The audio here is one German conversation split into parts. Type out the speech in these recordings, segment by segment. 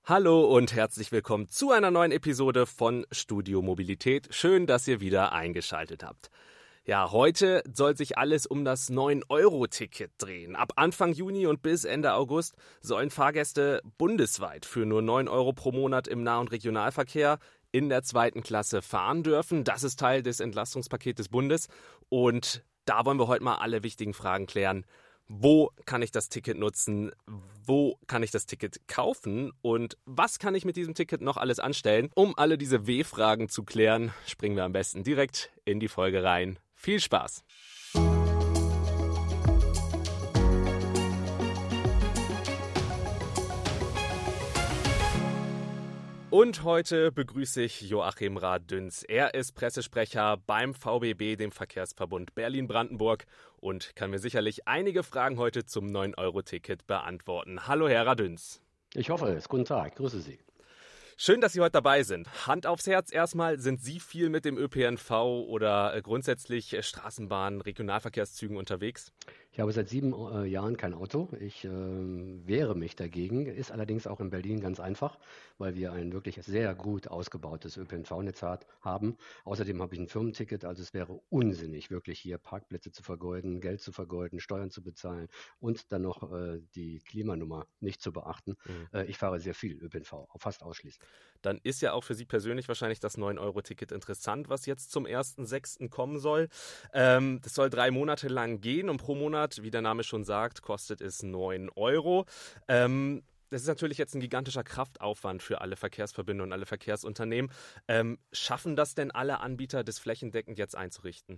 Hallo und herzlich willkommen zu einer neuen Episode von Studio Mobilität. Schön, dass ihr wieder eingeschaltet habt. Ja, heute soll sich alles um das 9-Euro-Ticket drehen. Ab Anfang Juni und bis Ende August sollen Fahrgäste bundesweit für nur 9 Euro pro Monat im Nah- und Regionalverkehr in der zweiten Klasse fahren dürfen. Das ist Teil des Entlastungspakets des Bundes. Und da wollen wir heute mal alle wichtigen Fragen klären. Wo kann ich das Ticket nutzen? Wo kann ich das Ticket kaufen? Und was kann ich mit diesem Ticket noch alles anstellen? Um alle diese W-Fragen zu klären, springen wir am besten direkt in die Folge rein. Viel Spaß! Und heute begrüße ich Joachim Radüns. Er ist Pressesprecher beim VBB, dem Verkehrsverbund Berlin-Brandenburg, und kann mir sicherlich einige Fragen heute zum 9-Euro-Ticket beantworten. Hallo, Herr Radüns. Ich hoffe es. Guten Tag. Grüße Sie. Schön, dass Sie heute dabei sind. Hand aufs Herz erstmal, sind Sie viel mit dem ÖPNV oder grundsätzlich Straßenbahnen, Regionalverkehrszügen unterwegs? Ich habe seit 7 Jahren kein Auto. Ich wehre mich dagegen. Ist allerdings auch in Berlin ganz einfach, weil wir ein wirklich sehr gut ausgebautes ÖPNV-Netz haben. Außerdem habe ich ein Firmenticket, also es wäre unsinnig, wirklich hier Parkplätze zu vergeuden, Geld zu vergeuden, Steuern zu bezahlen und dann noch die Klimanummer nicht zu beachten. Ich fahre sehr viel ÖPNV, fast ausschließlich. Dann ist ja auch für Sie persönlich wahrscheinlich das 9-Euro-Ticket interessant, was jetzt zum 1.6. kommen soll. Das soll 3 Monate lang gehen und pro Monat, wie der Name schon sagt, kostet es 9 Euro. Das ist natürlich jetzt ein gigantischer Kraftaufwand für alle Verkehrsverbünde und alle Verkehrsunternehmen. Schaffen das denn alle Anbieter, das flächendeckend jetzt einzurichten?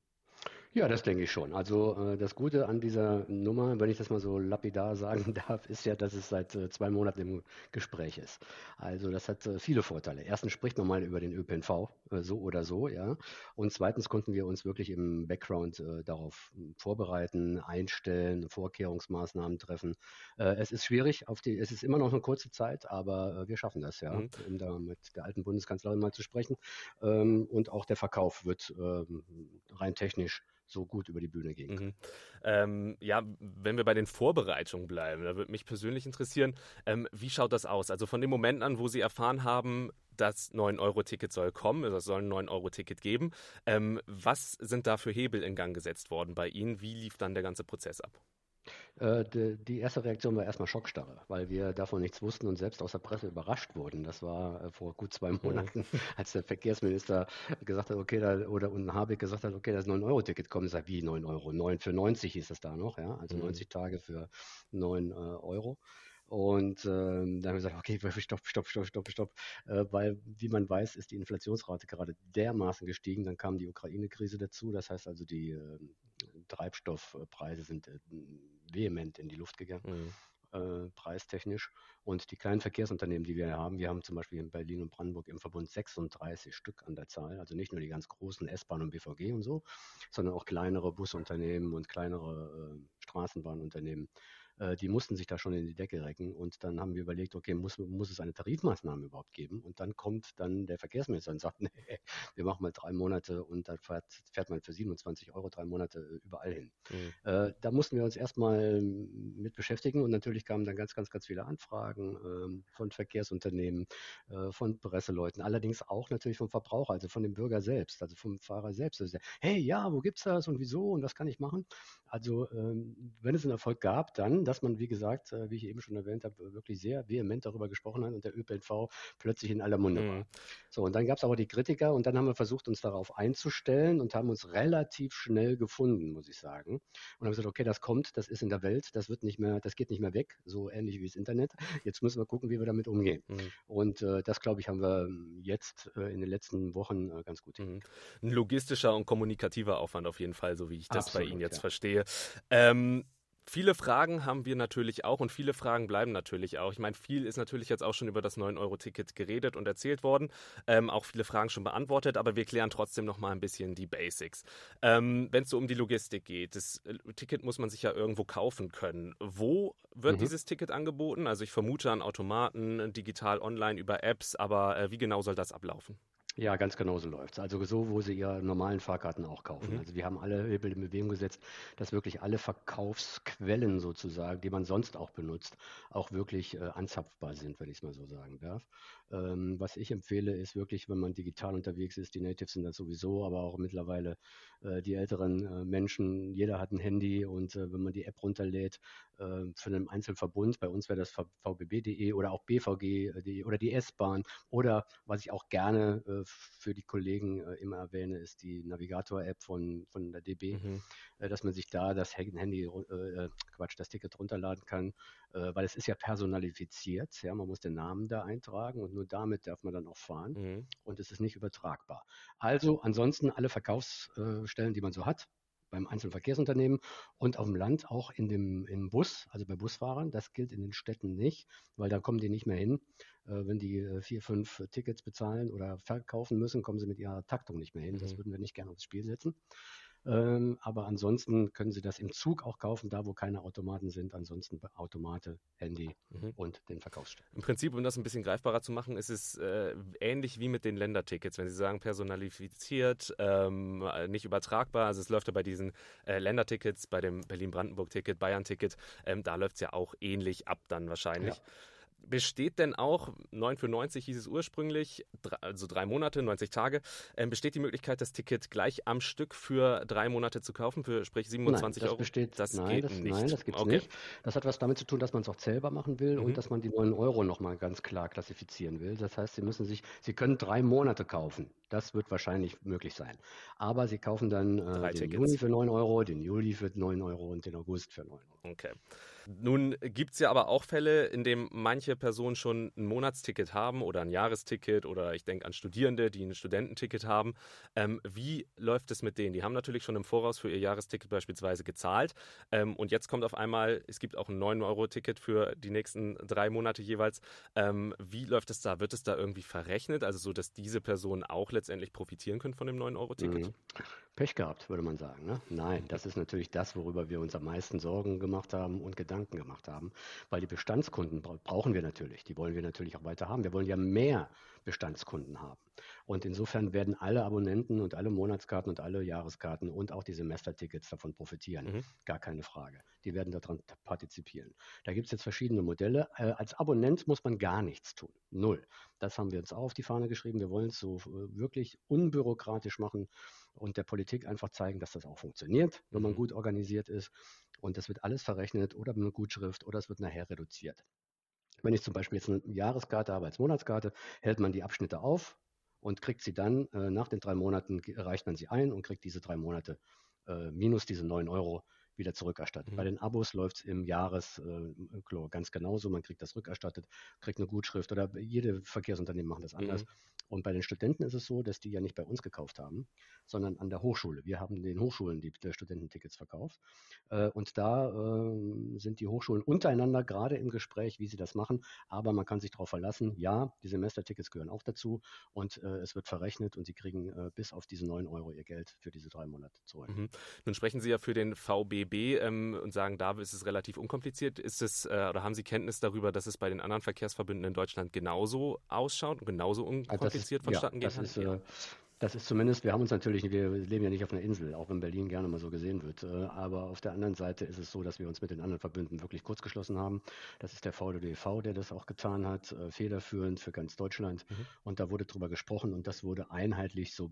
Ja, das denke ich schon. Also das Gute an dieser Nummer, wenn ich das mal so lapidar sagen darf, ist ja, dass es seit 2 Monaten im Gespräch ist. Also das hat viele Vorteile. Erstens spricht man mal über den ÖPNV, so oder so, ja. Und zweitens konnten wir uns wirklich im Background darauf vorbereiten, einstellen, Vorkehrungsmaßnahmen treffen. Es ist schwierig, es ist immer noch eine kurze Zeit, aber wir schaffen das, ja, um da mit der alten Bundeskanzlerin mal zu sprechen. Und auch der Verkauf wird rein technisch so gut über die Bühne gehen kann. Ja, wenn wir bei den Vorbereitungen bleiben, da würde mich persönlich interessieren, wie schaut das aus? Also von dem Moment an, wo Sie erfahren haben, das 9-Euro-Ticket soll kommen, also es soll ein 9-Euro-Ticket geben, was sind da für Hebel in Gang gesetzt worden bei Ihnen? Wie lief dann der ganze Prozess ab? Die erste Reaktion war erstmal Schockstarre, weil wir davon nichts wussten und selbst aus der Presse überrascht wurden. Das war vor gut 2 Monaten, als der Verkehrsminister gesagt hat, okay, und Habeck gesagt hat, okay, das 9-Euro-Ticket kommt. Ich sage, wie 9 Euro? 9 für 90 hieß es da noch, ja, also 90 Tage für 9 Euro. Und dann haben wir gesagt, okay, stopp, weil, wie man weiß, ist die Inflationsrate gerade dermaßen gestiegen. Dann kam die Ukraine-Krise dazu. Das heißt also, die Treibstoffpreise sind vehement in die Luft gegangen, preistechnisch. Und die kleinen Verkehrsunternehmen, die wir haben zum Beispiel in Berlin und Brandenburg im Verbund 36 Stück an der Zahl. Also nicht nur die ganz großen S-Bahn und BVG und so, sondern auch kleinere Busunternehmen und kleinere Straßenbahnunternehmen. Die mussten sich da schon in die Decke recken und dann haben wir überlegt, okay, muss es eine Tarifmaßnahme überhaupt geben? Und dann kommt dann der Verkehrsminister und sagt, nee, wir machen mal 3 Monate und dann fährt man für 27 Euro 3 Monate überall hin. Da mussten wir uns erstmal mit beschäftigen und natürlich kamen dann ganz viele Anfragen von Verkehrsunternehmen, von Presseleuten, allerdings auch natürlich vom Verbraucher, also von dem Bürger selbst, also vom Fahrer selbst. Also, hey, ja, wo gibt's das und wieso und was kann ich machen? Also wenn es einen Erfolg gab, dann, dass man, wie gesagt, wie ich eben schon erwähnt habe, wirklich sehr vehement darüber gesprochen hat und der ÖPNV plötzlich in aller Munde war. So, und dann gab es aber die Kritiker und dann haben wir versucht, uns darauf einzustellen und haben uns relativ schnell gefunden, muss ich sagen. Und haben gesagt, okay, das kommt, das ist in der Welt, das geht nicht mehr weg, so ähnlich wie das Internet. Jetzt müssen wir gucken, wie wir damit umgehen. Und das, glaube ich, haben wir jetzt in den letzten Wochen ganz gut hingekriegt. Ein logistischer und kommunikativer Aufwand auf jeden Fall, so wie ich das Absolut, bei Ihnen jetzt ja. verstehe. Viele Fragen haben wir natürlich auch und viele Fragen bleiben natürlich auch. Ich meine, viel ist natürlich jetzt auch schon über das 9-Euro-Ticket geredet und erzählt worden. Auch viele Fragen schon beantwortet, aber wir klären trotzdem noch mal ein bisschen die Basics. Wenn es so um die Logistik geht, das Ticket muss man sich ja irgendwo kaufen können. Wo wird dieses Ticket angeboten? Also ich vermute an Automaten, digital online über Apps, aber wie genau soll das ablaufen? Ja, ganz genau so läuft's. Also so, wo Sie Ihre normalen Fahrkarten auch kaufen. Mhm. Also wir haben alle Hebel in Bewegung gesetzt, dass wirklich alle Verkaufsquellen sozusagen, die man sonst auch benutzt, auch wirklich anzapfbar sind, wenn ich es mal so sagen darf. Was ich empfehle, ist wirklich, wenn man digital unterwegs ist, die Natives sind das sowieso, aber auch mittlerweile die älteren Menschen, jeder hat ein Handy und wenn man die App runterlädt für einen Einzelverbund, bei uns wäre das vbb.de oder auch bvg.de oder die S-Bahn, oder was ich auch gerne für die Kollegen immer erwähne, ist die Navigator-App von der DB, Mhm. dass man sich da das Handy, Quatsch, das Ticket runterladen kann, weil es ist ja personalifiziert. Ja, man muss den Namen da eintragen und nur damit darf man dann auch fahren Mhm. und es ist nicht übertragbar. Also ansonsten alle Verkaufsstellen, die man so hat, beim einzelnen Verkehrsunternehmen und auf dem Land auch im Bus, also bei Busfahrern. Das gilt in den Städten nicht, weil da kommen die nicht mehr hin. Wenn die 4, 5 Tickets bezahlen oder verkaufen müssen, kommen sie mit ihrer Taktung nicht mehr hin. Das Mhm. würden wir nicht gerne aufs Spiel setzen. Aber ansonsten können Sie das im Zug auch kaufen, da wo keine Automaten sind. Ansonsten Automate, Handy Mhm. und den Verkaufsstellen. Im Prinzip, um das ein bisschen greifbarer zu machen, ist es ähnlich wie mit den Ländertickets. Wenn Sie sagen personalisiert, nicht übertragbar, also es läuft ja bei diesen Ländertickets, bei dem Berlin-Brandenburg-Ticket, Bayern-Ticket, da läuft es ja auch ähnlich ab dann Ja. wahrscheinlich. Besteht denn auch, 9 für 90 hieß es ursprünglich, also 3 Monate, 90 Tage, besteht die Möglichkeit, das Ticket gleich am Stück für 3 Monate zu kaufen, für sprich Nein, 27 das Euro? besteht, Das nein, geht nein, nicht. das gibt's Okay. nicht. Das hat was damit zu tun, dass man es auch selber machen will und Mhm. dass man die 9 Euro nochmal ganz klar klassifizieren will. Das heißt, Sie können 3 Monate kaufen. Das wird wahrscheinlich möglich sein. Aber Sie kaufen dann Drei den Juni Tickets. für 9 Euro, den Juli für 9 Euro und den August für 9 Euro. Okay. Nun gibt es ja aber auch Fälle, in denen manche Personen schon ein Monatsticket haben oder ein Jahresticket oder ich denke an Studierende, die ein Studententicket haben. Wie läuft es mit denen? Die haben natürlich schon im Voraus für ihr Jahresticket beispielsweise gezahlt und jetzt kommt auf einmal, es gibt auch ein 9-Euro-Ticket für die nächsten 3 Monate jeweils. Wie läuft es da? Wird es da irgendwie verrechnet, also so, dass diese Personen auch letztendlich profitieren können von dem 9-Euro-Ticket? Mhm. Pech gehabt, würde man sagen. Ne? Nein, das ist natürlich das, worüber wir uns am meisten Sorgen gemacht haben und Gedanken gemacht haben, weil die Bestandskunden brauchen wir natürlich. Die wollen wir natürlich auch weiter haben. Wir wollen ja mehr Bestandskunden haben. Und insofern werden alle Abonnenten und alle Monatskarten und alle Jahreskarten und auch die Semestertickets davon profitieren. Mhm. Gar keine Frage. Die werden daran partizipieren. Da gibt es jetzt verschiedene Modelle. Als Abonnent muss man gar nichts tun. Null. Das haben wir uns auch auf die Fahne geschrieben. Wir wollen es so wirklich unbürokratisch machen und der Politik einfach zeigen, dass das auch funktioniert, wenn man Mhm. gut organisiert ist. Und das wird alles verrechnet oder mit einer Gutschrift oder es wird nachher reduziert. Wenn ich zum Beispiel jetzt eine Jahreskarte habe als Monatskarte, hält man die Abschnitte auf und kriegt sie dann nach den 3 Monaten, reicht man sie ein und kriegt diese 3 Monate minus diese 9 Euro wieder zurückerstattet. Bei Mhm. den Abos läuft es im Jahresklo ganz genauso. Man kriegt das rückerstattet, kriegt eine Gutschrift oder jede Verkehrsunternehmen machen das anders. Mhm. Und bei den Studenten ist es so, dass die ja nicht bei uns gekauft haben, sondern an der Hochschule. Wir haben den Hochschulen die Studententickets verkauft. Und da sind die Hochschulen untereinander gerade im Gespräch, wie sie das machen. Aber man kann sich darauf verlassen, ja, die Semestertickets gehören auch dazu und es wird verrechnet und sie kriegen bis auf diese 9 Euro ihr Geld für diese 3 Monate zurück. Mhm. Nun sprechen Sie ja für den VBB und sagen, da ist es relativ unkompliziert. Ist es oder haben Sie Kenntnis darüber, dass es bei den anderen Verkehrsverbünden in Deutschland genauso ausschaut und genauso Das ist, unkompliziert ja, vonstatten gehen kann? Ja. das ist zumindest, wir haben uns natürlich, wir leben ja nicht auf einer Insel, auch wenn Berlin gerne mal so gesehen wird. Aber auf der anderen Seite ist es so, dass wir uns mit den anderen Verbünden wirklich kurzgeschlossen haben. Das ist der VDDV, der das auch getan hat, federführend für ganz Deutschland. Mhm. Und da wurde drüber gesprochen und das wurde einheitlich so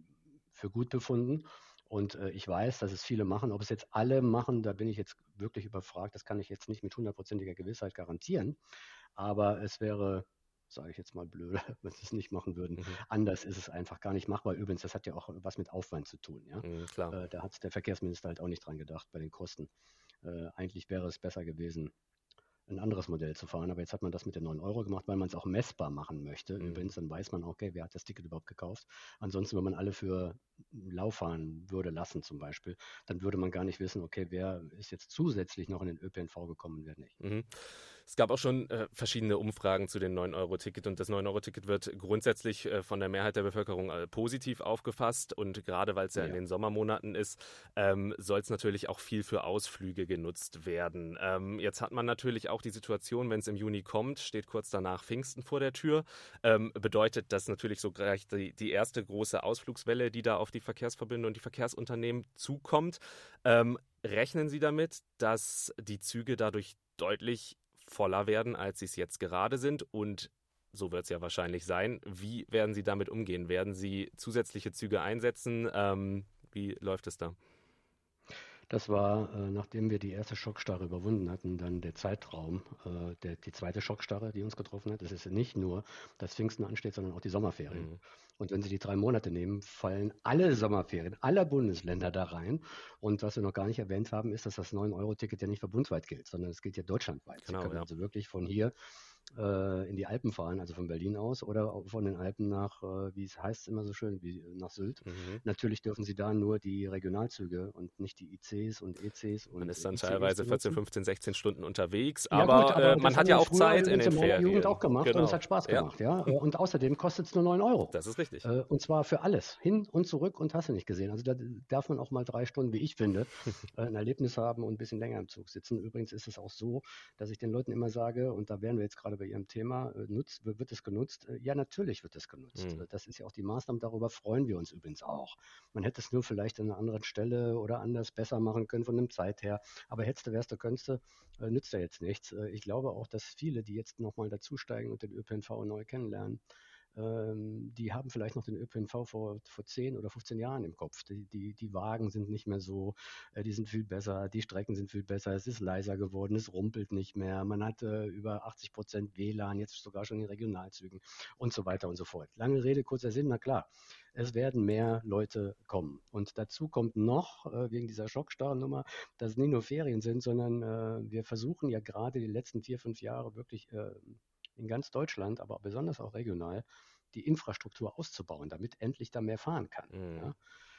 für gut befunden. Und ich weiß, dass es viele machen. Ob es jetzt alle machen, da bin ich jetzt wirklich überfragt. Das kann ich jetzt nicht mit hundertprozentiger Gewissheit garantieren. Aber es wäre, sage ich jetzt mal blöde, wenn sie es nicht machen würden. Mhm. Anders ist es einfach gar nicht machbar. Übrigens, das hat ja auch was mit Aufwand zu tun. Ja? Mhm, klar. Da hat der Verkehrsminister halt auch nicht dran gedacht bei den Kosten. Eigentlich wäre es besser gewesen, ein anderes Modell zu fahren. Aber jetzt hat man das mit den 9 Euro gemacht, weil man es auch messbar machen möchte. Mhm. Übrigens, dann weiß man, okay, wer hat das Ticket überhaupt gekauft. Ansonsten, wenn man alle für Lauf fahren würde lassen zum Beispiel, dann würde man gar nicht wissen, okay, wer ist jetzt zusätzlich noch in den ÖPNV gekommen und wer nicht. Mhm. Es gab auch schon verschiedene Umfragen zu dem 9-Euro-Ticket und das 9-Euro-Ticket wird grundsätzlich von der Mehrheit der Bevölkerung positiv aufgefasst und gerade weil es ja in den Sommermonaten ist, soll es natürlich auch viel für Ausflüge genutzt werden. Jetzt hat man natürlich auch die Situation, wenn es im Juni kommt, steht kurz danach Pfingsten vor der Tür, bedeutet das natürlich so gleich die erste große Ausflugswelle, die da auf die Verkehrsverbünde und die Verkehrsunternehmen zukommt. Rechnen Sie damit, dass die Züge dadurch deutlich voller werden, als sie es jetzt gerade sind und so wird es ja wahrscheinlich sein. Wie werden Sie damit umgehen? Werden Sie zusätzliche Züge einsetzen? Wie läuft es da? Das war, nachdem wir die erste Schockstarre überwunden hatten, dann der Zeitraum, die zweite Schockstarre, die uns getroffen hat. Es ist nicht nur, dass Pfingsten ansteht, sondern auch die Sommerferien. Mhm. Und wenn Sie die 3 Monate nehmen, fallen alle Sommerferien aller Bundesländer da rein. Und was wir noch gar nicht erwähnt haben, ist, dass das 9-Euro-Ticket ja nicht für bundesweit gilt, sondern es gilt ja deutschlandweit. Sie Genau, können ja. also wirklich von hier in die Alpen fahren, also von Berlin aus, oder auch von den Alpen nach, wie es heißt immer so schön, wie nach Sylt. Mhm. Natürlich dürfen Sie da nur die Regionalzüge und nicht die ICs und ECs und Man ist dann ICEs teilweise 14, benutzen. 15, 16 Stunden unterwegs, Ja gut, aber aber man das hat haben ja wir auch früher Zeit in übrigens den in meiner Jugend auch Ferien. gemacht und es Genau. hat Spaß Ja, gemacht, ja. Und außerdem kostet es nur 9 Euro. das ist richtig. Und zwar für alles, hin und zurück und hast du nicht gesehen. Also da darf man auch mal 3 Stunden, wie ich finde, ein Erlebnis haben und ein bisschen länger im Zug sitzen. Übrigens ist es auch so, dass ich den Leuten immer sage, und da wären wir jetzt gerade bei Ihrem Thema, wird es genutzt? Ja, natürlich wird es genutzt. Mhm. Das ist ja auch die Maßnahme, darüber freuen wir uns übrigens auch. Man hätte es nur vielleicht an einer anderen Stelle oder anders besser machen können von der Zeit her. Aber hättest du, wärst du, könntest du, nützt ja jetzt nichts. Ich glaube auch, dass viele, die jetzt nochmal dazusteigen und den ÖPNV neu kennenlernen, die haben vielleicht noch den ÖPNV vor 10 oder 15 Jahren im Kopf. Die Wagen sind nicht mehr so, die sind viel besser, die Strecken sind viel besser, es ist leiser geworden, es rumpelt nicht mehr, man hat über 80% WLAN, jetzt sogar schon in Regionalzügen und so weiter und so fort. Lange Rede, kurzer Sinn, na klar, es werden mehr Leute kommen. Und dazu kommt noch, wegen dieser Schockstarrennummer, dass es nicht nur Ferien sind, sondern wir versuchen ja gerade die letzten 4, 5 Jahre wirklich in ganz Deutschland, aber besonders auch regional, die Infrastruktur auszubauen, damit endlich da mehr fahren kann. Mhm. Ja?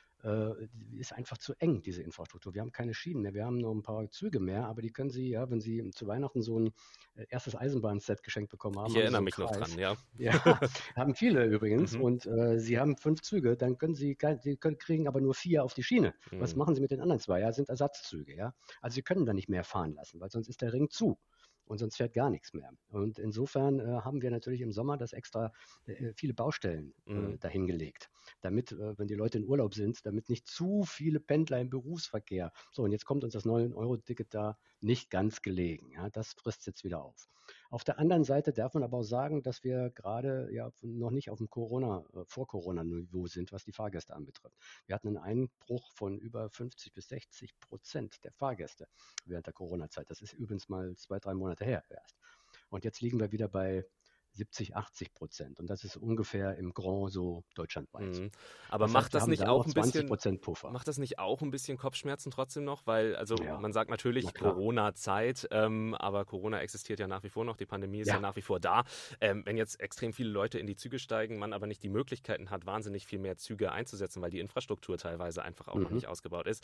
Die ist einfach zu eng, diese Infrastruktur. Wir haben keine Schienen mehr, wir haben noch ein paar Züge mehr, aber die können Sie, ja, wenn Sie zu Weihnachten so ein erstes Eisenbahnset geschenkt bekommen haben, Ich haben Sie so erinnere einen mich noch Kreis. dran, ja. Ja, haben viele übrigens. Mhm. Und Sie haben 5 Züge, dann können Sie, kriegen aber nur 4 auf die Schiene. Was Mhm. machen Sie mit den anderen 2? Ja, sind Ersatzzüge, ja. Also Sie können da nicht mehr fahren lassen, weil sonst ist der Ring zu. Und sonst fährt gar nichts mehr. Und insofern haben wir natürlich im Sommer das extra viele Baustellen Mhm. dahingelegt, damit, wenn die Leute in Urlaub sind, damit nicht zu viele Pendler im Berufsverkehr. So, und jetzt kommt uns das 9-Euro-Ticket da nicht ganz gelegen. Ja, das frisst jetzt wieder auf. Auf der anderen Seite darf man aber auch sagen, dass wir gerade ja noch nicht auf dem Vor-Corona-Niveau sind, was die Fahrgäste anbetrifft. Wir hatten einen Einbruch von über 50 bis 60% der Fahrgäste während der Corona-Zeit. Das ist übrigens mal 2, 3 Monate her erst. Und jetzt liegen wir wieder bei 70, 80%. Und das ist ungefähr im Grand so deutschlandweit. Mhm. Aber Das heißt, macht wir das haben nicht da auch noch ein zwanzig bisschen, Prozent Puffer. macht das nicht auch ein bisschen Kopfschmerzen trotzdem noch? Weil, also Ja, man sagt na natürlich klar. Corona-Zeit, aber Corona existiert ja nach wie vor noch, die Pandemie ist ja Ja, nach wie vor da. Wenn jetzt extrem viele Leute in die Züge steigen, man aber nicht die Möglichkeiten hat, wahnsinnig viel mehr Züge einzusetzen, weil die Infrastruktur teilweise einfach auch noch mhm. nicht ausgebaut ist,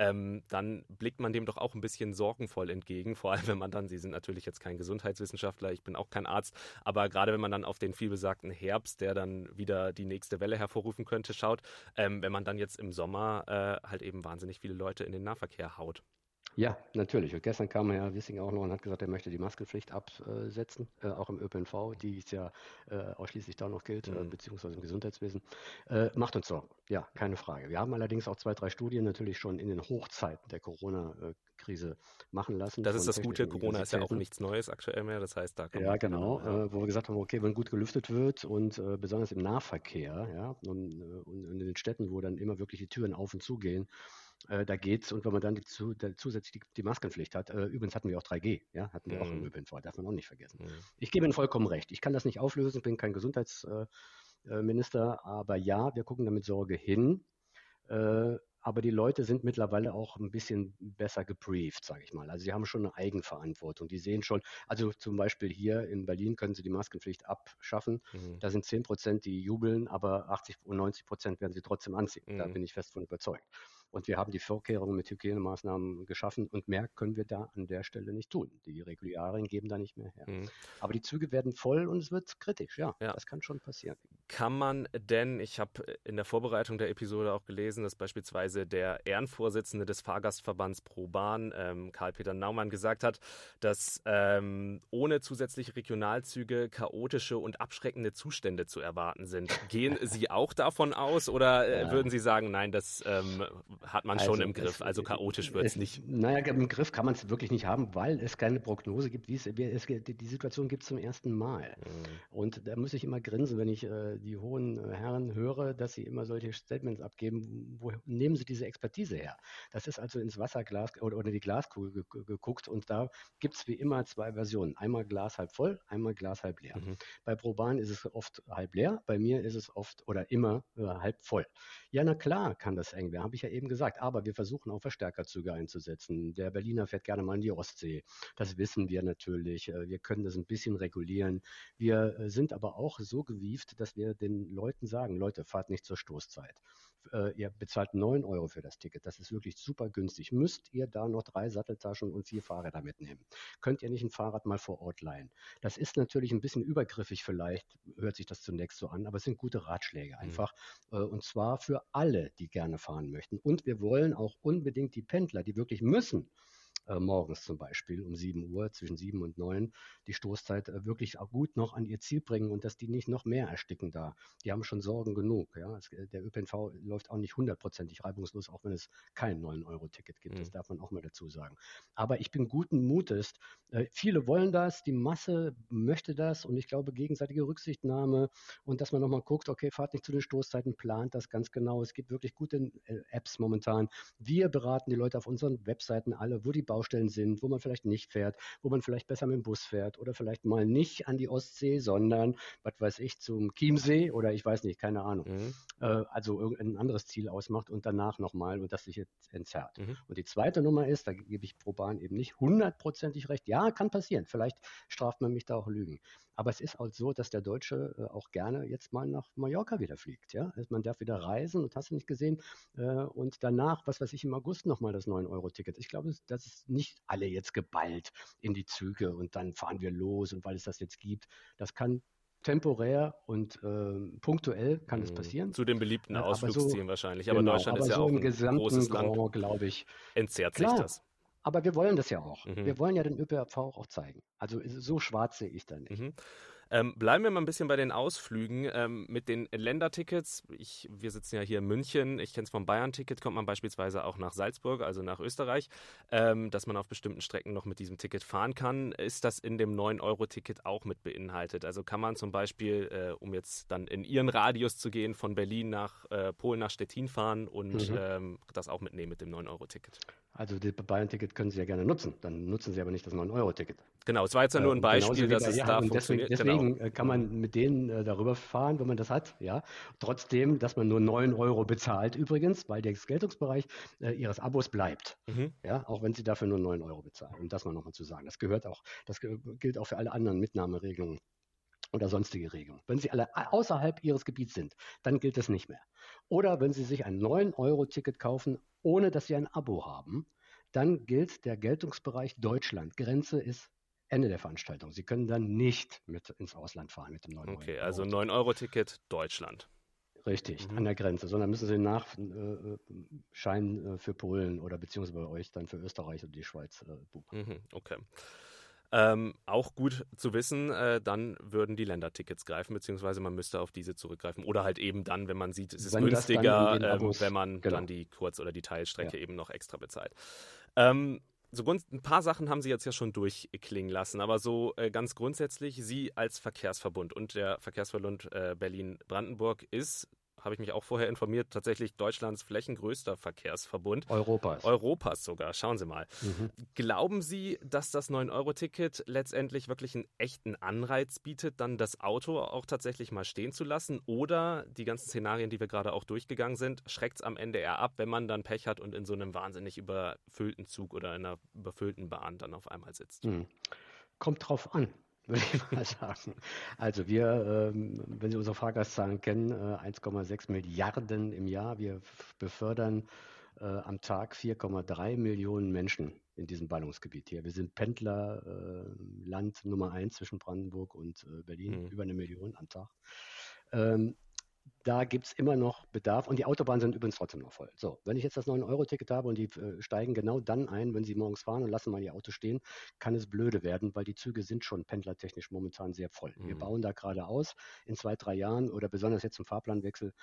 dann blickt man dem doch auch ein bisschen sorgenvoll entgegen. Vor allem, wenn man dann, Sie sind natürlich jetzt kein Gesundheitswissenschaftler, ich bin auch kein Arzt, aber gerade wenn man dann auf den vielbesagten Herbst, der dann wieder die nächste Welle hervorrufen könnte, schaut, wenn man dann jetzt im Sommer halt eben wahnsinnig viele Leute in den Nahverkehr haut. Ja, natürlich. Und gestern kam Herr Wissing auch noch und hat gesagt, er möchte die Maskenpflicht absetzen, auch im ÖPNV, die es ja ausschließlich da noch gilt, Mhm. beziehungsweise im Gesundheitswesen. Macht uns Sorgen, ja, keine Frage. Wir haben allerdings auch 2, 3 Studien natürlich schon in den Hochzeiten der Corona-Krise machen lassen Das ist von das Gute, technischen Corona ist ja auch Universitäten. nichts Neues aktuell mehr, das heißt, da kommt, Ja, genau, genau, ja. wo wir gesagt haben, okay, wenn gut gelüftet wird und besonders im Nahverkehr, ja, und in den Städten, wo dann immer wirklich die Türen auf und zu gehen, da geht's. Und wenn man dann zusätzlich die Maskenpflicht hat, übrigens hatten wir auch 3G, ja, hatten wir auch im Mhm. ÖPNV, darf man auch nicht vergessen. Mhm. Ich gebe Ihnen vollkommen recht. Ich kann das nicht auflösen, ich bin kein Gesundheitsminister, aber ja, wir gucken da mit Sorge hin. Aber die Leute sind mittlerweile auch ein bisschen besser gebrieft, sage ich mal. Also sie haben schon eine Eigenverantwortung. Die sehen schon, also zum Beispiel hier in Berlin können sie die Maskenpflicht abschaffen. Mhm. Da sind 10%, die jubeln, aber 80 und 90% werden sie trotzdem anziehen. Da Mhm. bin ich fest von überzeugt. Und wir haben die Vorkehrungen mit Hygienemaßnahmen geschaffen und mehr können wir da an der Stelle nicht tun. Die Regularien geben da nicht mehr her. Aber die Züge werden voll und es wird kritisch. Ja, das kann schon passieren. Kann man denn, ich habe in der Vorbereitung der Episode auch gelesen, dass beispielsweise der Ehrenvorsitzende des Fahrgastverbands ProBahn, Karl-Peter Naumann, gesagt hat, dass ohne zusätzliche Regionalzüge chaotische und abschreckende Zustände zu erwarten sind. Gehen Sie auch davon aus oder würden Sie sagen, nein, das hat man schon im Griff, also chaotisch wird es nicht? Naja, im Griff kann man es wirklich nicht haben, weil es keine Prognose gibt. Die Situation gibt es zum ersten Mal. Und da muss ich immer grinsen, wenn ich die hohen Herren höre, dass sie immer solche Statements abgeben. Wo nehmen sie diese Expertise her? Das ist also ins Wasserglas oder die Glaskugel geguckt und da gibt es wie immer zwei Versionen. Einmal Glas halb voll, einmal Glas halb leer. Bei ProBahn ist es oft halb leer, bei mir ist es oft oder immer halb voll. Ja, na klar kann das eng werden, habe ich ja eben gesagt. Aber wir versuchen auch Verstärkerzüge einzusetzen. Der Berliner fährt gerne mal in die Ostsee. Das wissen wir natürlich. Wir können das ein bisschen regulieren. Wir sind aber auch so gewieft, dass wir den Leuten sagen, Leute, fahrt nicht zur Stoßzeit. Ihr bezahlt 9 Euro für das Ticket. Das ist wirklich super günstig. Müsst ihr da noch 3 Satteltaschen und 4 Fahrräder mitnehmen? Könnt ihr nicht ein Fahrrad mal vor Ort leihen? Das ist natürlich ein bisschen übergriffig vielleicht, hört sich das zunächst so an, aber es sind gute Ratschläge einfach. Und zwar für alle, die gerne fahren möchten. Und wir wollen auch unbedingt die Pendler, die wirklich müssen, morgens zum Beispiel um 7 Uhr, zwischen 7 und 9, die Stoßzeit wirklich auch gut noch an ihr Ziel bringen und dass die nicht noch mehr ersticken da. Die haben schon Sorgen genug. Ja. Der ÖPNV läuft auch nicht 100%ig reibungslos, auch wenn es kein 9-Euro-Ticket gibt. Das darf man auch mal dazu sagen. Aber ich bin guten Mutes. Viele wollen das, die Masse möchte das und ich glaube gegenseitige Rücksichtnahme und dass man nochmal guckt, okay, fahrt nicht zu den Stoßzeiten, plant das ganz genau. Es gibt wirklich gute Apps momentan. Wir beraten die Leute auf unseren Webseiten alle, wo die Baustellen sind, wo man vielleicht nicht fährt, wo man vielleicht besser mit dem Bus fährt oder vielleicht mal nicht an die Ostsee, sondern, was weiß ich, zum Chiemsee oder ich weiß nicht, keine Ahnung. Also irgendein anderes Ziel ausmacht und danach nochmal und das sich jetzt entzerrt. Und die zweite Nummer ist, da gebe ich ProBahn eben nicht 100%ig recht. Ja, kann passieren. Vielleicht straft man mich da auch Lügen. Aber es ist auch so, dass der Deutsche auch gerne jetzt mal nach Mallorca wieder fliegt. Ja? Man darf wieder reisen und hast du nicht gesehen. Und danach, was weiß ich, im August nochmal das 9-Euro-Ticket. Ich glaube, das ist nicht alle jetzt geballt in die Züge und dann fahren wir los und weil es das jetzt gibt. Das kann temporär und punktuell kann es passieren. Zu den beliebten Ausflugszielen wahrscheinlich. Aber genau, Deutschland ist ja so auch im ein gesamten großes Land. Grand, glaube ich. Entzerrt sich das. Aber wir wollen das ja auch. Wir wollen ja den ÖPNV auch zeigen. Also so schwarz sehe ich da nicht. Bleiben wir mal ein bisschen bei den Ausflügen mit den Ländertickets. Wir sitzen ja hier in München. Ich kenne es vom Bayern-Ticket, kommt man beispielsweise auch nach Salzburg, also nach Österreich, dass man auf bestimmten Strecken noch mit diesem Ticket fahren kann. Ist das in dem 9-Euro-Ticket auch mit beinhaltet? Also kann man zum Beispiel, um jetzt dann in Ihren Radius zu gehen, von Berlin nach Polen nach Stettin fahren und das auch mitnehmen mit dem 9-Euro-Ticket? Also das Bayern-Ticket können Sie ja gerne nutzen. Dann nutzen Sie aber nicht das 9-Euro-Ticket. Genau, es war jetzt ja nur ein Beispiel, dass es da funktioniert. Deswegen kann man mit denen darüber fahren, wenn man das hat. Ja. Trotzdem, dass man nur 9 Euro bezahlt übrigens, weil der Geltungsbereich Ihres Abos bleibt. Ja, auch wenn Sie dafür nur 9 Euro bezahlen. Um das mal nochmal zu sagen. Das gilt auch für alle anderen Mitnahmeregelungen oder sonstige Regelungen. Wenn Sie alle außerhalb Ihres Gebiets sind, dann gilt das nicht mehr. Oder wenn Sie sich ein 9-Euro-Ticket kaufen, ohne dass Sie ein Abo haben, dann gilt der Geltungsbereich Deutschland. Grenze ist Ende der Veranstaltung. Sie können dann nicht mit ins Ausland fahren mit dem 9 Euro. Okay, also 9-Euro-Ticket Deutschland. Richtig, an der Grenze. Sondern müssen Sie einen Nachschein für Polen oder beziehungsweise bei euch dann für Österreich oder die Schweiz buchen. Okay. Auch gut zu wissen, dann würden die Ländertickets greifen, beziehungsweise man müsste auf diese zurückgreifen. Oder halt eben dann, wenn man sieht, es ist günstiger, wenn man dann die Kurz- oder die Teilstrecke eben noch extra bezahlt. Ein paar Sachen haben Sie jetzt ja schon durchklingen lassen, aber so ganz grundsätzlich, Sie als Verkehrsverbund und der Verkehrsverbund Berlin-Brandenburg ist, habe ich mich auch vorher informiert, tatsächlich Deutschlands flächengrößter Verkehrsverbund. Europas sogar, schauen Sie mal. Glauben Sie, dass das 9-Euro-Ticket letztendlich wirklich einen echten Anreiz bietet, dann das Auto auch tatsächlich mal stehen zu lassen? Oder die ganzen Szenarien, die wir gerade auch durchgegangen sind, schreckt es am Ende eher ab, wenn man dann Pech hat und in so einem wahnsinnig überfüllten Zug oder in einer überfüllten Bahn dann auf einmal sitzt? Kommt drauf an, würde ich mal sagen. Also wenn Sie unsere Fahrgastzahlen kennen, 1,6 Milliarden im Jahr. Wir befördern am Tag 4,3 Millionen Menschen in diesem Ballungsgebiet hier. Wir sind Pendlerland Nummer 1 zwischen Brandenburg und Berlin, über 1 Million am Tag. Da gibt es immer noch Bedarf und die Autobahnen sind übrigens trotzdem noch voll. So, wenn ich jetzt das 9-Euro-Ticket habe und die steigen genau dann ein, wenn sie morgens fahren und lassen mal ihr Auto stehen, kann es blöde werden, weil die Züge sind schon pendlertechnisch momentan sehr voll. Wir bauen da gerade aus. In 2, 3 Jahren oder besonders jetzt zum Fahrplanwechsel,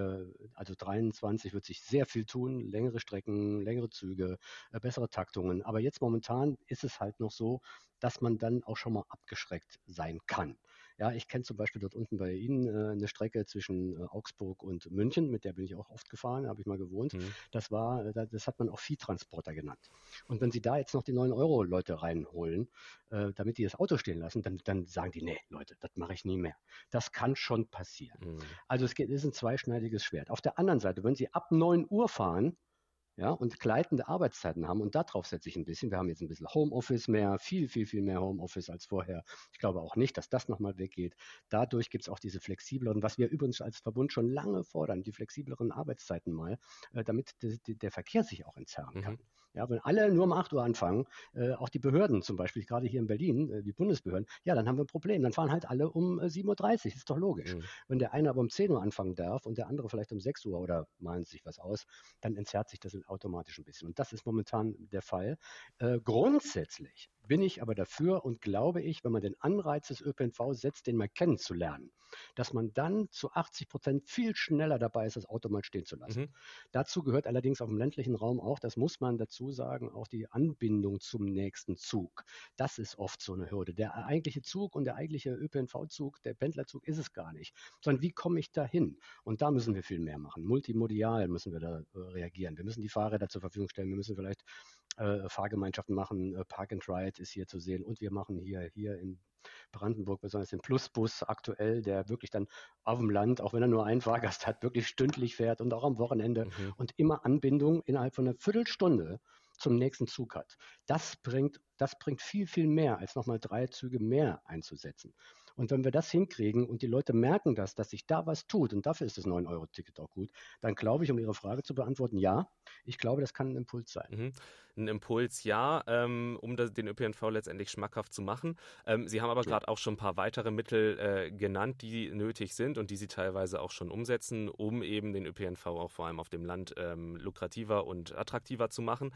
also 23, wird sich sehr viel tun. Längere Strecken, längere Züge, bessere Taktungen. Aber jetzt momentan ist es halt noch so, dass man dann auch schon mal abgeschreckt sein kann. Ja, ich kenne zum Beispiel dort unten bei Ihnen eine Strecke zwischen Augsburg und München, mit der bin ich auch oft gefahren, da habe ich mal gewohnt. Das hat man auch Viehtransporter genannt. Und wenn Sie da jetzt noch die 9-Euro-Leute reinholen, damit die das Auto stehen lassen, dann sagen die, nee, Leute, das mache ich nie mehr. Das kann schon passieren. Also es ist ein zweischneidiges Schwert. Auf der anderen Seite, wenn Sie ab 9 Uhr fahren, ja, und gleitende Arbeitszeiten haben. Und darauf setze ich ein bisschen. Wir haben jetzt ein bisschen Homeoffice mehr, viel, viel, viel mehr Homeoffice als vorher. Ich glaube auch nicht, dass das nochmal weggeht. Dadurch gibt es auch diese flexibleren, was wir übrigens als Verbund schon lange fordern, die flexibleren Arbeitszeiten mal, damit der Verkehr sich auch entzerren kann. Ja, wenn alle nur um 8 Uhr anfangen, auch die Behörden zum Beispiel, gerade hier in Berlin, die Bundesbehörden, ja, dann haben wir ein Problem. Dann fahren halt alle um 7:30 Uhr, ist doch logisch. Wenn der eine aber um 10 Uhr anfangen darf und der andere vielleicht um 6 Uhr oder malen sich was aus, dann entzerrt sich das automatisch ein bisschen. Und das ist momentan der Fall. Grundsätzlich bin ich aber dafür und glaube ich, wenn man den Anreiz des ÖPNV setzt, den mal kennenzulernen, dass man dann zu 80% viel schneller dabei ist, das Auto mal stehen zu lassen. Dazu gehört allerdings auf dem ländlichen Raum auch, das muss man dazu sagen, auch die Anbindung zum nächsten Zug. Das ist oft so eine Hürde. Der eigentliche Zug und der eigentliche ÖPNV-Zug, der Pendlerzug ist es gar nicht, sondern wie komme ich da hin? Und da müssen wir viel mehr machen. Multimodial müssen wir da reagieren. Wir müssen die Fahrräder zur Verfügung stellen. Wir müssen vielleicht Fahrgemeinschaften machen. Park and Ride ist hier zu sehen. Und wir machen hier in Brandenburg besonders den Plusbus aktuell, der wirklich dann auf dem Land, auch wenn er nur einen Fahrgast hat, wirklich stündlich fährt und auch am Wochenende und immer Anbindung innerhalb von einer Viertelstunde zum nächsten Zug hat. Das bringt viel, viel mehr, als nochmal 3 Züge mehr einzusetzen. Und wenn wir das hinkriegen und die Leute merken das, dass sich da was tut, und dafür ist das 9-Euro-Ticket auch gut, dann glaube ich, um Ihre Frage zu beantworten, ja, ich glaube, das kann ein Impuls sein. Ein Impuls, ja, um den ÖPNV letztendlich schmackhaft zu machen. Sie haben aber gerade auch schon ein paar weitere Mittel genannt, die nötig sind und die Sie teilweise auch schon umsetzen, um eben den ÖPNV auch vor allem auf dem Land lukrativer und attraktiver zu machen.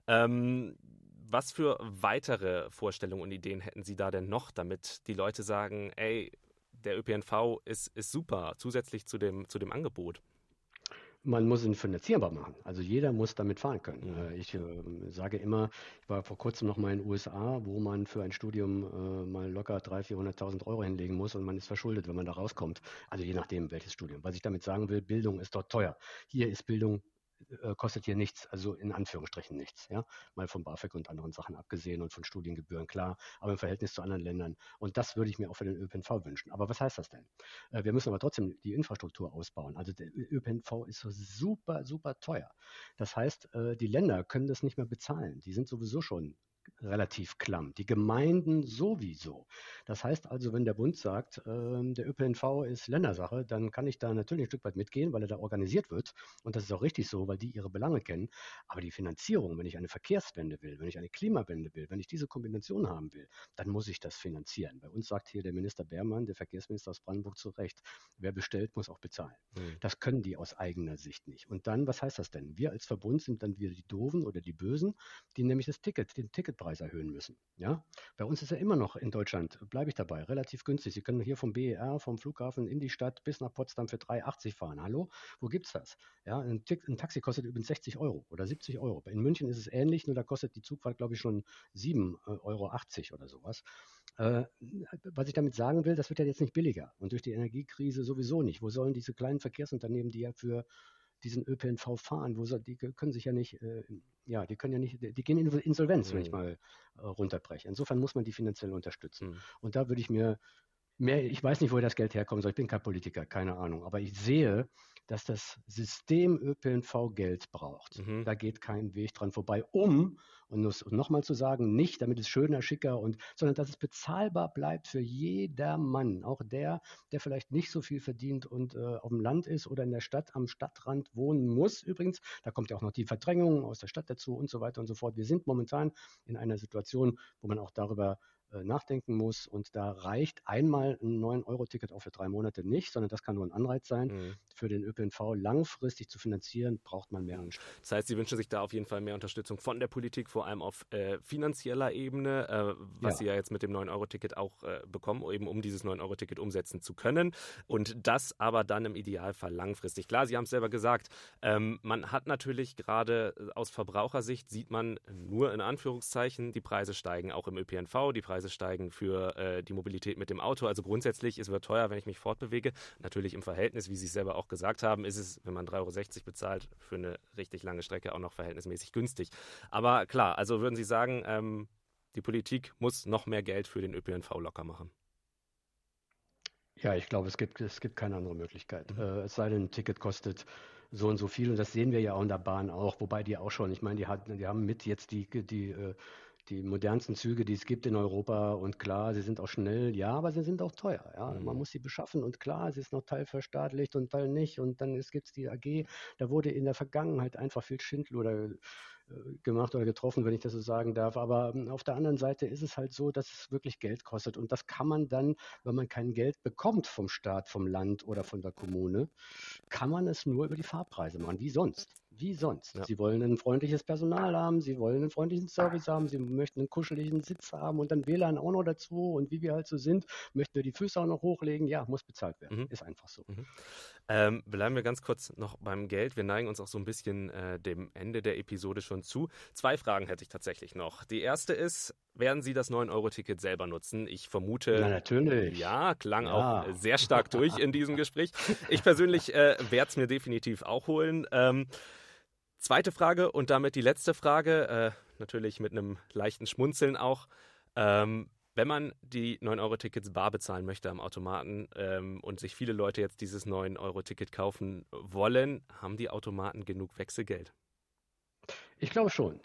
Was für weitere Vorstellungen und Ideen hätten Sie da denn noch, damit die Leute sagen, ey, der ÖPNV ist super, zusätzlich zu dem Angebot? Man muss ihn finanzierbar machen. Also jeder muss damit fahren können. Ich sage immer, ich war vor kurzem noch mal in den USA, wo man für ein Studium mal locker 300.000, 400.000 Euro hinlegen muss und man ist verschuldet, wenn man da rauskommt. Also je nachdem, welches Studium. Was ich damit sagen will, Bildung ist dort teuer. Hier ist Bildung kostet hier nichts, also in Anführungsstrichen nichts, ja, mal von BAföG und anderen Sachen abgesehen und von Studiengebühren, klar, aber im Verhältnis zu anderen Ländern. Und das würde ich mir auch für den ÖPNV wünschen. Aber was heißt das denn? Wir müssen aber trotzdem die Infrastruktur ausbauen. Also der ÖPNV ist so super, super teuer. Das heißt, die Länder können das nicht mehr bezahlen. Die sind sowieso schon relativ klamm. Die Gemeinden sowieso. Das heißt also, wenn der Bund sagt, der ÖPNV ist Ländersache, dann kann ich da natürlich ein Stück weit mitgehen, weil er da organisiert wird. Und das ist auch richtig so, weil die ihre Belange kennen. Aber die Finanzierung, wenn ich eine Verkehrswende will, wenn ich eine Klimawende will, wenn ich diese Kombination haben will, dann muss ich das finanzieren. Bei uns sagt hier der Minister Beermann, der Verkehrsminister aus Brandenburg, zu Recht, wer bestellt, muss auch bezahlen. Das können die aus eigener Sicht nicht. Und dann, was heißt das denn? Wir als Verbund sind dann wieder die Doofen oder die Bösen, die nämlich den Ticketpreis erhöhen müssen. Ja? Bei uns ist er immer noch in Deutschland, bleibe ich dabei, relativ günstig. Sie können hier vom BER, vom Flughafen in die Stadt bis nach Potsdam für 3,80 fahren. Hallo? Wo gibt's das? Ja, ein Taxi kostet übrigens 60 Euro oder 70 Euro. In München ist es ähnlich, nur da kostet die Zugfahrt, glaube ich, schon 7,80 Euro oder sowas. Was ich damit sagen will, das wird ja jetzt nicht billiger und durch die Energiekrise sowieso nicht. Wo sollen diese kleinen Verkehrsunternehmen, die ja für diesen ÖPNV fahren, die können sich ja nicht, die können ja nicht, die gehen in Insolvenz, wenn ich mal runterbreche. Insofern muss man die finanziell unterstützen. Und da würde ich mir Ich weiß nicht, woher das Geld herkommen soll. Ich bin kein Politiker, keine Ahnung. Aber ich sehe, dass das System ÖPNV Geld braucht. Mhm. Da geht kein Weg dran vorbei, und nochmal zu sagen, nicht, damit es schöner, schicker sondern dass es bezahlbar bleibt für jedermann. Auch der vielleicht nicht so viel verdient und auf dem Land ist oder in der Stadt am Stadtrand wohnen muss. Übrigens, da kommt ja auch noch die Verdrängung aus der Stadt dazu und so weiter und so fort. Wir sind momentan in einer Situation, wo man auch darüber nachdenken muss. Und da reicht einmal ein 9-Euro-Ticket auch für 3 Monate nicht, sondern das kann nur ein Anreiz sein. Für den ÖPNV langfristig zu finanzieren, braucht man mehr Anstrengung. Das heißt, Sie wünschen sich da auf jeden Fall mehr Unterstützung von der Politik, vor allem auf finanzieller Ebene, was Sie ja jetzt mit dem 9-Euro-Ticket auch bekommen, eben um dieses 9-Euro-Ticket umsetzen zu können. Und das aber dann im Idealfall langfristig. Klar, Sie haben es selber gesagt, man hat natürlich gerade aus Verbrauchersicht, sieht man nur in Anführungszeichen, die Preise steigen auch im ÖPNV, die Preise steigen für die Mobilität mit dem Auto. Also grundsätzlich, es wird teuer, wenn ich mich fortbewege. Natürlich im Verhältnis, wie Sie es selber auch gesagt haben, ist es, wenn man 3,60 € bezahlt, für eine richtig lange Strecke auch noch verhältnismäßig günstig. Aber klar, also würden Sie sagen, die Politik muss noch mehr Geld für den ÖPNV locker machen? Ja, ich glaube, es gibt keine andere Möglichkeit. Es sei denn, ein Ticket kostet so und so viel. Und das sehen wir ja auch in der Bahn auch, wobei die auch schon, ich meine, die haben mit jetzt die modernsten Züge, die es gibt in Europa, und klar, sie sind auch schnell, ja, aber sie sind auch teuer. Ja? Man muss sie beschaffen, und klar, sie ist noch teilverstaatlicht und Teil nicht, und dann gibt es die AG, da wurde in der Vergangenheit einfach viel Schindluder gemacht oder getroffen, wenn ich das so sagen darf. Aber auf der anderen Seite ist es halt so, dass es wirklich Geld kostet, und das kann man dann, wenn man kein Geld bekommt vom Staat, vom Land oder von der Kommune, kann man es nur über die Fahrpreise machen. Wie sonst? Wie sonst? Ja. Sie wollen ein freundliches Personal haben, sie wollen einen freundlichen Service haben, sie möchten einen kuscheligen Sitz haben und dann WLAN auch noch dazu, und wie wir halt so sind, möchten wir die Füße auch noch hochlegen. Ja, muss bezahlt werden. Ist einfach so. Bleiben wir ganz kurz noch beim Geld. Wir neigen uns auch so ein bisschen dem Ende der Episode schon zu. 2 Fragen hätte ich tatsächlich noch. Die erste ist, werden Sie das 9-Euro-Ticket selber nutzen? Ich vermute, Na, natürlich. Ja, klang auch sehr stark durch in diesem Gespräch. Ich persönlich werde es mir definitiv auch holen. Zweite Frage und damit die letzte Frage, natürlich mit einem leichten Schmunzeln auch. Wenn man die 9-Euro-Tickets bar bezahlen möchte am Automaten und sich viele Leute jetzt dieses 9-Euro-Ticket kaufen wollen, haben die Automaten genug Wechselgeld? Ich glaube schon.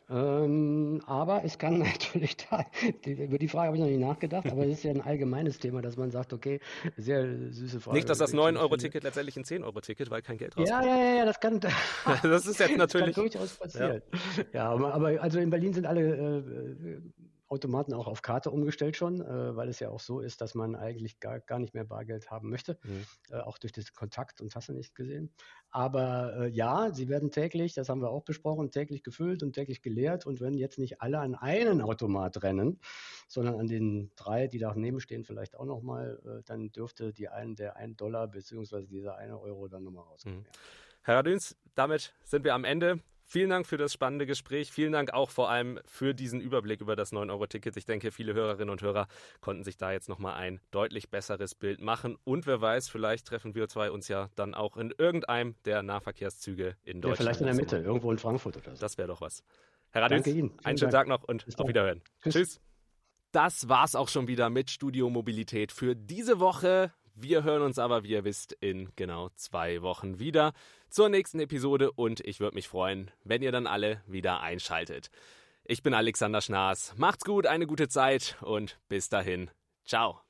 Aber es kann natürlich über die Frage habe ich noch nicht nachgedacht, aber es ist ja ein allgemeines Thema, dass man sagt, okay, sehr süße Frage. Nicht, dass das 9-Euro-Ticket letztendlich ein 10-Euro-Ticket, weil kein Geld rauskommt. Ja, das kann, das ist jetzt natürlich. Das kann durchaus passieren. Ja, aber also in Berlin sind alle Automaten auch auf Karte umgestellt schon, weil es ja auch so ist, dass man eigentlich gar nicht mehr Bargeld haben möchte, auch durch den Kontakt, und hast du nicht gesehen. Aber ja, sie werden täglich, das haben wir auch besprochen, täglich gefüllt und täglich geleert, und wenn jetzt nicht alle an einen Automat rennen, sondern an den 3, die daneben stehen, vielleicht auch nochmal, dann dürfte der $1 bzw. dieser 1 Euro dann nochmal rauskommen. Ja. Herr Radüns, damit sind wir am Ende. Vielen Dank für das spannende Gespräch. Vielen Dank auch vor allem für diesen Überblick über das 9-Euro-Ticket. Ich denke, viele Hörerinnen und Hörer konnten sich da jetzt nochmal ein deutlich besseres Bild machen. Und wer weiß, vielleicht treffen wir 2 uns ja dann auch in irgendeinem der Nahverkehrszüge in Deutschland. Ja, vielleicht in der Mitte, irgendwo in Frankfurt oder so. Das wäre doch was. Herr Radüns, Danke Ihnen. einen schönen Tag noch und auf Wiederhören. Tschüss. Das war's auch schon wieder mit Studio Mobilität für diese Woche. Wir hören uns aber, wie ihr wisst, in genau 2 Wochen wieder zur nächsten Episode, und ich würde mich freuen, wenn ihr dann alle wieder einschaltet. Ich bin Alexander Schnaas. Macht's gut, eine gute Zeit und bis dahin. Ciao.